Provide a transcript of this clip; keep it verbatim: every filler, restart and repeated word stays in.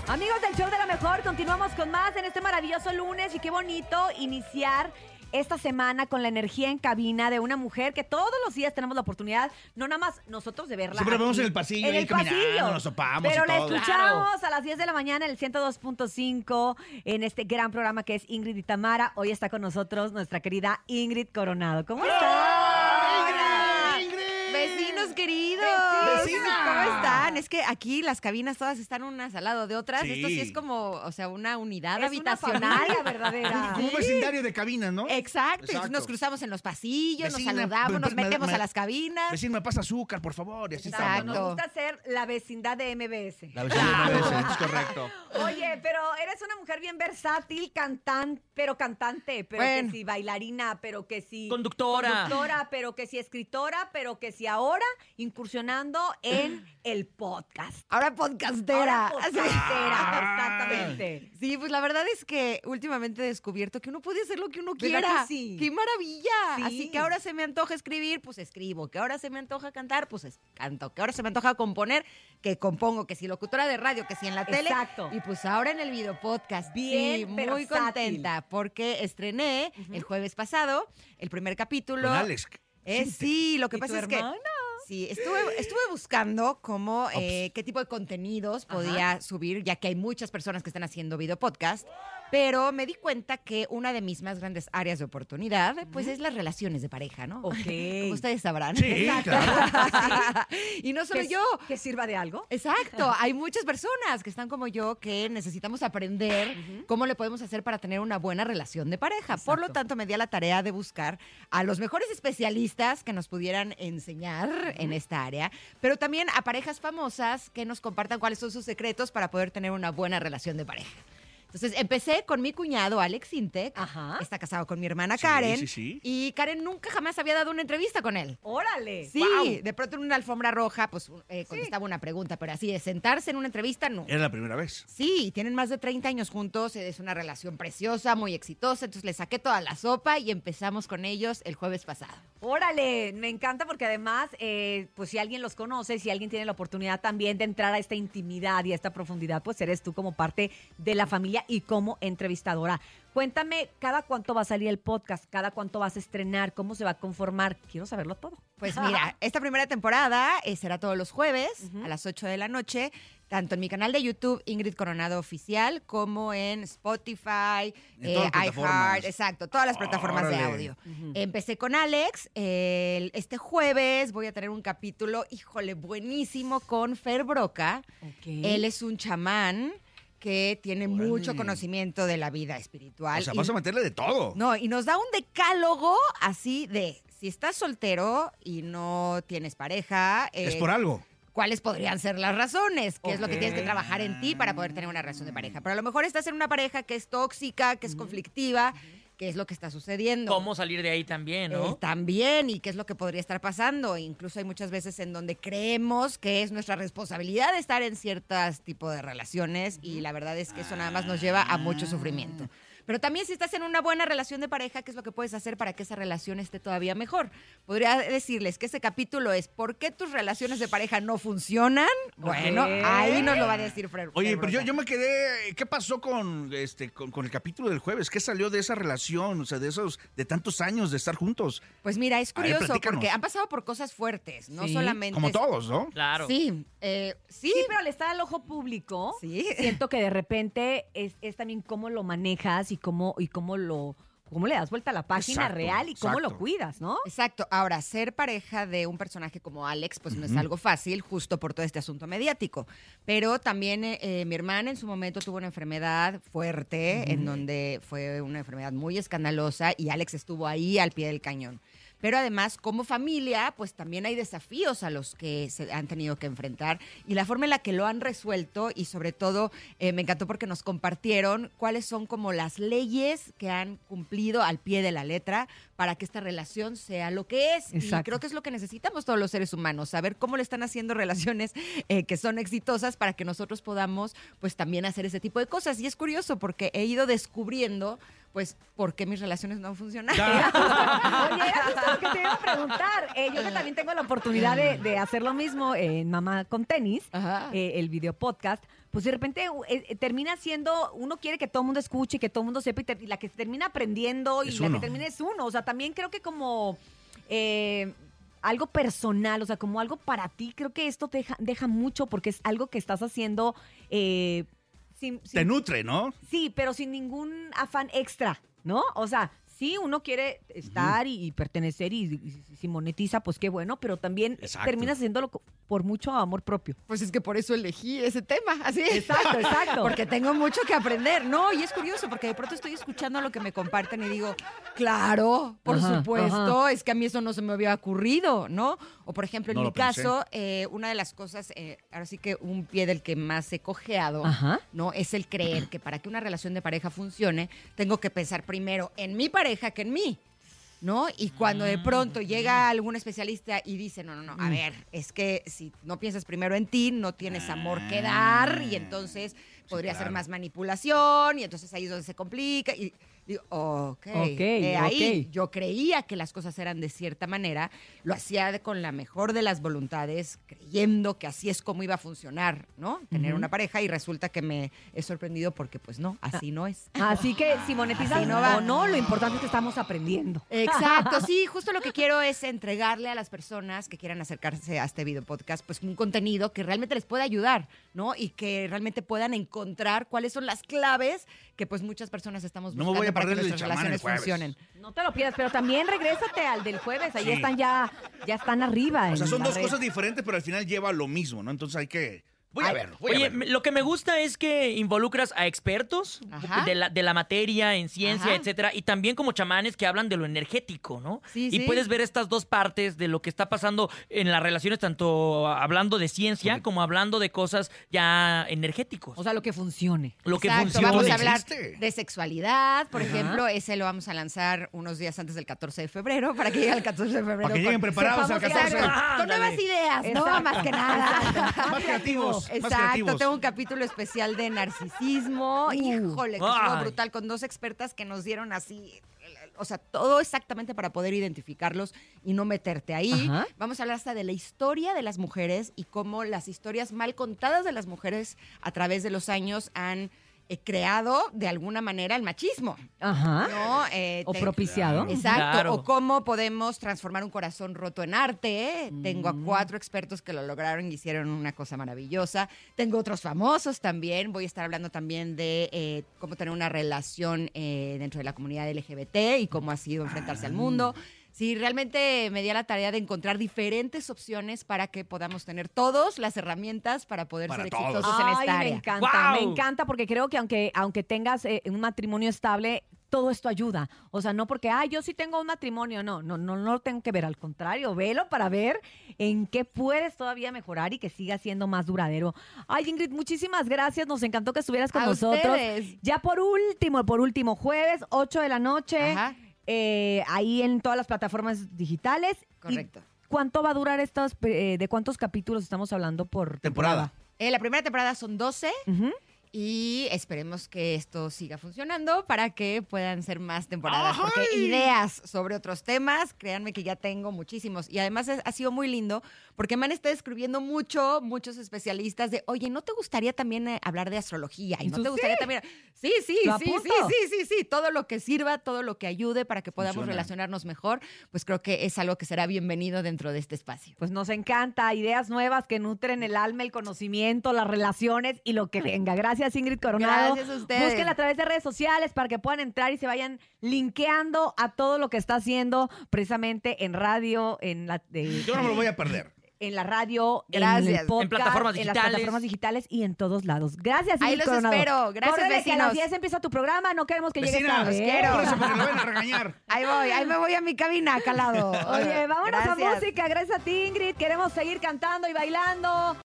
Amigos del show de la mejor, continuamos con más en este maravilloso lunes y qué bonito iniciar esta semana con la energía en cabina de una mujer que todos los días tenemos la oportunidad, no nada más nosotros de verla. Siempre aquí, vemos en el pasillo, en ahí el caminando, pasillo, nos topamos pero y la todo. escuchamos Claro. a las diez de la mañana en el ciento dos punto cinco en este gran programa que es Ingrid y Tamara. Hoy está con nosotros nuestra querida Ingrid Coronado. ¿Cómo estás? ¡Ingrid! Vecinos queridos. ¡Vecina! ¿Cómo están? Es que aquí las cabinas todas están unas al lado de otras. Sí. Esto sí es como, o sea, una unidad Es una habitacional. familia verdadera. Como un vecindario de cabinas, ¿no? Exacto. Exacto. Nos cruzamos en los pasillos, Vecina, nos saludamos, me- nos me- metemos me- a las cabinas. Vecino, me pasa azúcar, por favor. Y así Exacto. estamos, Nos ¿no? gusta ser la vecindad de M B S. La vecina de M B S, es correcto. Oye, pero eres una mujer bien versátil, cantante, pero cantante, pero Bueno. que sí bailarina, pero que sí Conductora. conductora, pero que sí escritora, pero que sí ahora incursionando en el podcast. Ahora podcastera. Ahora podcastera, exactamente. Sí, pues la verdad es que últimamente he descubierto que uno puede hacer lo que uno ¿Verdad quiera. que sí? ¡Qué maravilla! Sí. Así que ahora se me antoja escribir, pues escribo. Que ahora se me antoja cantar, pues es- canto. Que ahora se me antoja componer, que compongo. Que si locutora de radio, que si en la tele. Exacto. Y pues ahora en el video podcast. Bien sí, muy versátil. contenta porque estrené el jueves pasado el primer capítulo. Con Alex. Eh, sí, lo que ¿Y pasa tu es que hermana? sí, estuve, estuve buscando cómo, eh, qué tipo de contenidos podía subir, ya que hay muchas personas que están haciendo video podcast, pero me di cuenta que una de mis más grandes áreas de oportunidad, pues es las relaciones de pareja, ¿no? Ok. Como ustedes sabrán. Sí, claro. Y no solo ¿Que- yo. ¿Que sirva de algo? Exacto, hay muchas personas que están como yo que necesitamos aprender cómo le podemos hacer para tener una buena relación de pareja. Por lo Exacto. tanto, me di a la tarea de buscar a los mejores especialistas que nos pudieran enseñar en esta área, pero también a parejas famosas que nos compartan cuáles son sus secretos para poder tener una buena relación de pareja. Entonces, empecé con mi cuñado, Alex Intec. Ajá. Está casado con mi hermana Sí, Karen. sí, sí. Y Karen nunca jamás había dado una entrevista con él. ¡Órale! Sí, ¡Guau! de pronto en una alfombra roja, pues eh, contestaba una pregunta, pero así de sentarse en una entrevista, no. Era la primera vez. Sí, tienen más de treinta años juntos, es una relación preciosa, muy exitosa, entonces le saqué toda la sopa y empezamos con ellos el jueves pasado. Órale, me encanta porque además, eh, pues si alguien los conoce, si alguien tiene la oportunidad también de entrar a esta intimidad y a esta profundidad, pues eres tú como parte de la familia y como entrevistadora. Cuéntame, ¿cada cuánto va a salir el podcast? ¿Cada cuánto vas a estrenar? ¿Cómo se va a conformar? Quiero saberlo todo. Pues mira, esta primera temporada eh, será todos los jueves Ujú. a las ocho de la noche, tanto en mi canal de YouTube, Ingrid Coronado Oficial, como en Spotify, En eh, todas las plataformas. iHeart, exacto, todas las plataformas de Órale. audio. Empecé con Alex, el- este jueves voy a tener un capítulo, híjole, buenísimo con Fer Broca. Ok. Él es un chamán que tiene Órale. mucho conocimiento de la vida espiritual. O sea, y- vas a meterle de todo. no, y nos da un decálogo así de, si estás soltero y no tienes pareja, Es eh, por algo. ¿cuáles podrían ser las razones? ¿Qué es lo que Ok. tienes que trabajar en ti para poder tener una relación de pareja? Pero a lo mejor estás en una pareja que es tóxica, que es conflictiva, ¿qué es lo que está sucediendo? ¿Cómo salir de ahí también, Eh, no? también, y qué es lo que podría estar pasando. Incluso hay muchas veces en donde creemos que es nuestra responsabilidad estar en ciertos tipos de relaciones y la verdad es que eso nada más nos lleva a mucho sufrimiento. Pero también si estás en una buena relación de pareja, ¿qué es lo que puedes hacer para que esa relación esté todavía mejor? Podría decirles que ese capítulo es ¿por qué tus relaciones de pareja no funcionan? Bueno, ahí nos lo va a decir Fred. Oye, Fred pero yo, Broca. yo me quedé. ¿Qué pasó con este con, con el capítulo del jueves? ¿Qué salió de esa relación? O sea, de esos, de tantos años de estar juntos. Pues mira, es A ver, curioso platícanos. porque han pasado por cosas fuertes, no Sí, solamente... Como todos, ¿no? Claro. Sí, eh, sí, Sí, pero al estar al ojo público, Sí. siento que de repente es, es también cómo lo manejas y cómo, y cómo lo, cómo le das vuelta a la página Exacto, real y cómo lo exacto. cuidas, ¿no? Exacto. Ahora, ser pareja de un personaje como Alex, pues no es algo fácil, justo por todo este asunto mediático. Pero también eh, eh, mi hermana en su momento tuvo una enfermedad fuerte, en donde fue una enfermedad muy escandalosa y Alex estuvo ahí al pie del cañón. Pero además, como familia, pues también hay desafíos a los que se han tenido que enfrentar y la forma en la que lo han resuelto y sobre todo eh, me encantó porque nos compartieron cuáles son como las leyes que han cumplido al pie de la letra para que esta relación sea lo que es. Exacto. Y creo que es lo que necesitamos todos los seres humanos, saber cómo le están haciendo relaciones eh, que son exitosas para que nosotros podamos pues también hacer ese tipo de cosas. Y es curioso porque he ido descubriendo pues, ¿por qué mis relaciones no han funcionado? Oye, era justo lo que te iba a preguntar. Eh, yo que también tengo la oportunidad de, de hacer lo mismo en Mamá con Tenis, Ajá. eh, el video podcast, pues de repente eh, eh, termina siendo, uno quiere que todo el mundo escuche, que todo el mundo sepa, y, ter- y la que termina aprendiendo y Es la uno. que termina es uno. O sea, también creo que como eh, algo personal, o sea, como algo para ti, creo que esto te deja, deja mucho porque es algo que estás haciendo eh, sin, sin- Te nutre, ¿no? Sí, pero sin ningún afán extra, ¿no? O sea, sí, uno quiere estar y, y pertenecer y, y- y si monetiza, pues qué bueno, pero también Exacto. terminas haciéndolo co- por mucho amor propio. Pues es que por eso elegí ese tema, así. Exacto, exacto. Porque tengo mucho que aprender. No, y es curioso, porque de pronto estoy escuchando lo que me comparten y digo, claro, por Ajá, supuesto, es que a mí eso no se me había ocurrido, ¿no? O por ejemplo, en No mi lo pensé. caso, eh, una de las cosas, eh, ahora sí que un pie del que más he cojeado, Ajá. ¿no? Es el creer que para que una relación de pareja funcione, tengo que pensar primero en mi pareja que en mí. ¿No? Y cuando de pronto llega algún especialista y dice, no, no, no, a ver, es que si no piensas primero en ti, no tienes amor que dar y entonces podría ser claro. más manipulación y entonces ahí es donde se complica y digo, ok, Ok, eh, ahí ok. yo creía que las cosas eran de cierta manera, lo hacía de- con la mejor de las voluntades, creyendo que así es como iba a funcionar, ¿no? Tener Ujú. una pareja y resulta que me he sorprendido porque pues no, así no es. Así que si monetizas Así no va. o no, lo importante es que estamos aprendiendo. Exacto, sí, justo lo que quiero es entregarle a las personas que quieran acercarse a este video podcast, pues un contenido que realmente les pueda ayudar, ¿no? Y que realmente puedan encontrar cuáles son las claves que pues muchas personas estamos No me buscando voy a para que perder el nuestras chamán el relaciones jueves. funcionen. No te lo pierdas, pero también regrésate al del jueves. Ahí Sí. están ya, ya están arriba. O sea, en son la dos red. cosas diferentes, pero al final lleva a lo mismo, ¿no? Entonces hay que... Voy a Ay, verlo, voy a Oye, verlo. me- lo que me gusta es que involucras a expertos Ajá. de la, de la materia en ciencia, Ajá. etcétera, y también como chamanes que hablan de lo energético, ¿no? Sí, y sí. puedes ver estas dos partes de lo que está pasando en las relaciones, tanto hablando de ciencia como hablando de cosas ya energéticos. O sea, lo que funcione. lo que Exacto, funciona. vamos a Funcione. hablar Existe. de sexualidad, por Ajá. ejemplo, ese lo vamos a lanzar unos días antes del catorce de febrero, para que llegue el catorce de febrero. Para que con- lleguen preparados al sepamos catorce. Exacto, con Ándale. nuevas ideas, no Exacto. más que nada. Más creativos, más Exacto, creativos. tengo un capítulo especial de narcisismo. Híjole, que estuvo Ay. brutal con dos expertas que nos dieron así, o sea, todo exactamente para poder identificarlos y no meterte ahí. Ajá. Vamos a hablar hasta de la historia de las mujeres y cómo las historias mal contadas de las mujeres a través de los años han eh, creado de alguna manera el machismo. Ajá. ¿No? Eh, O te- propiciado. Exacto, Claro. o cómo podemos transformar un corazón roto en arte. Tengo Mm. a cuatro expertos que lo lograron y hicieron una cosa maravillosa. Tengo otros famosos también. Voy a estar hablando también de eh, cómo tener una relación eh, dentro de la comunidad L G B T y cómo ha sido enfrentarse al mundo. Sí, realmente me di a la tarea de encontrar diferentes opciones para que podamos tener todos las herramientas para poder Para ser todos. exitosos en Ay, esta me área. encanta, ¡Guau! me encanta porque creo que aunque, aunque tengas eh, un matrimonio estable, todo esto ayuda. O sea, no porque, ah, yo sí tengo un matrimonio, no, no, no, no lo tengo que ver, al contrario, velo para ver en qué puedes todavía mejorar y que siga siendo más duradero. Ay, Ingrid, muchísimas gracias, nos encantó que estuvieras con A nosotros. ustedes. Ya por último, por último, jueves, ocho de la noche, Ajá, eh, ahí en todas las plataformas digitales. ¿Y correcto. cuánto va a durar estos, eh, de cuántos capítulos estamos hablando por temporada? Temporada. Eh, la primera temporada son doce. Ujú. Y esperemos que esto siga funcionando para que puedan ser más temporadas. ¡Ajay! Porque ideas sobre otros temas, créanme que ya tengo muchísimos. Y además es- ha sido muy lindo porque me han estado escribiendo mucho, muchos especialistas de, oye, ¿no te gustaría también eh, hablar de astrología? ¿Y no Eso te gustaría sí. también? Sí, sí, Lo sí, sí, apunto. sí, sí, sí. Todo lo que sirva, todo lo que ayude para que podamos Funciona. relacionarnos mejor, pues creo que es algo que será bienvenido dentro de este espacio. Pues nos encanta, ideas nuevas que nutren el alma, el conocimiento, las relaciones y lo que venga. Gracias, Ingrid Coronado. Gracias a ustedes. Búsquenla a través de redes sociales para que puedan entrar y se vayan linkeando a todo lo que está haciendo precisamente en radio, en la, de- Yo no me lo voy a perder. en la radio, en Gracias. el podcast, En plataformas en las digitales. plataformas digitales y en todos lados. Gracias, Ingrid Ahí los Coronado. espero. Gracias, Córrele, que a las vecinos. diez empieza tu programa, no queremos que llegues Vecinas, tarde. ¿eh? quiero. Apúrense porque lo van a regañar. Ahí voy, ahí me voy a mi cabina, calado. Oye, vámonos a Gracias. música. Gracias a ti, Ingrid. Queremos seguir cantando y bailando.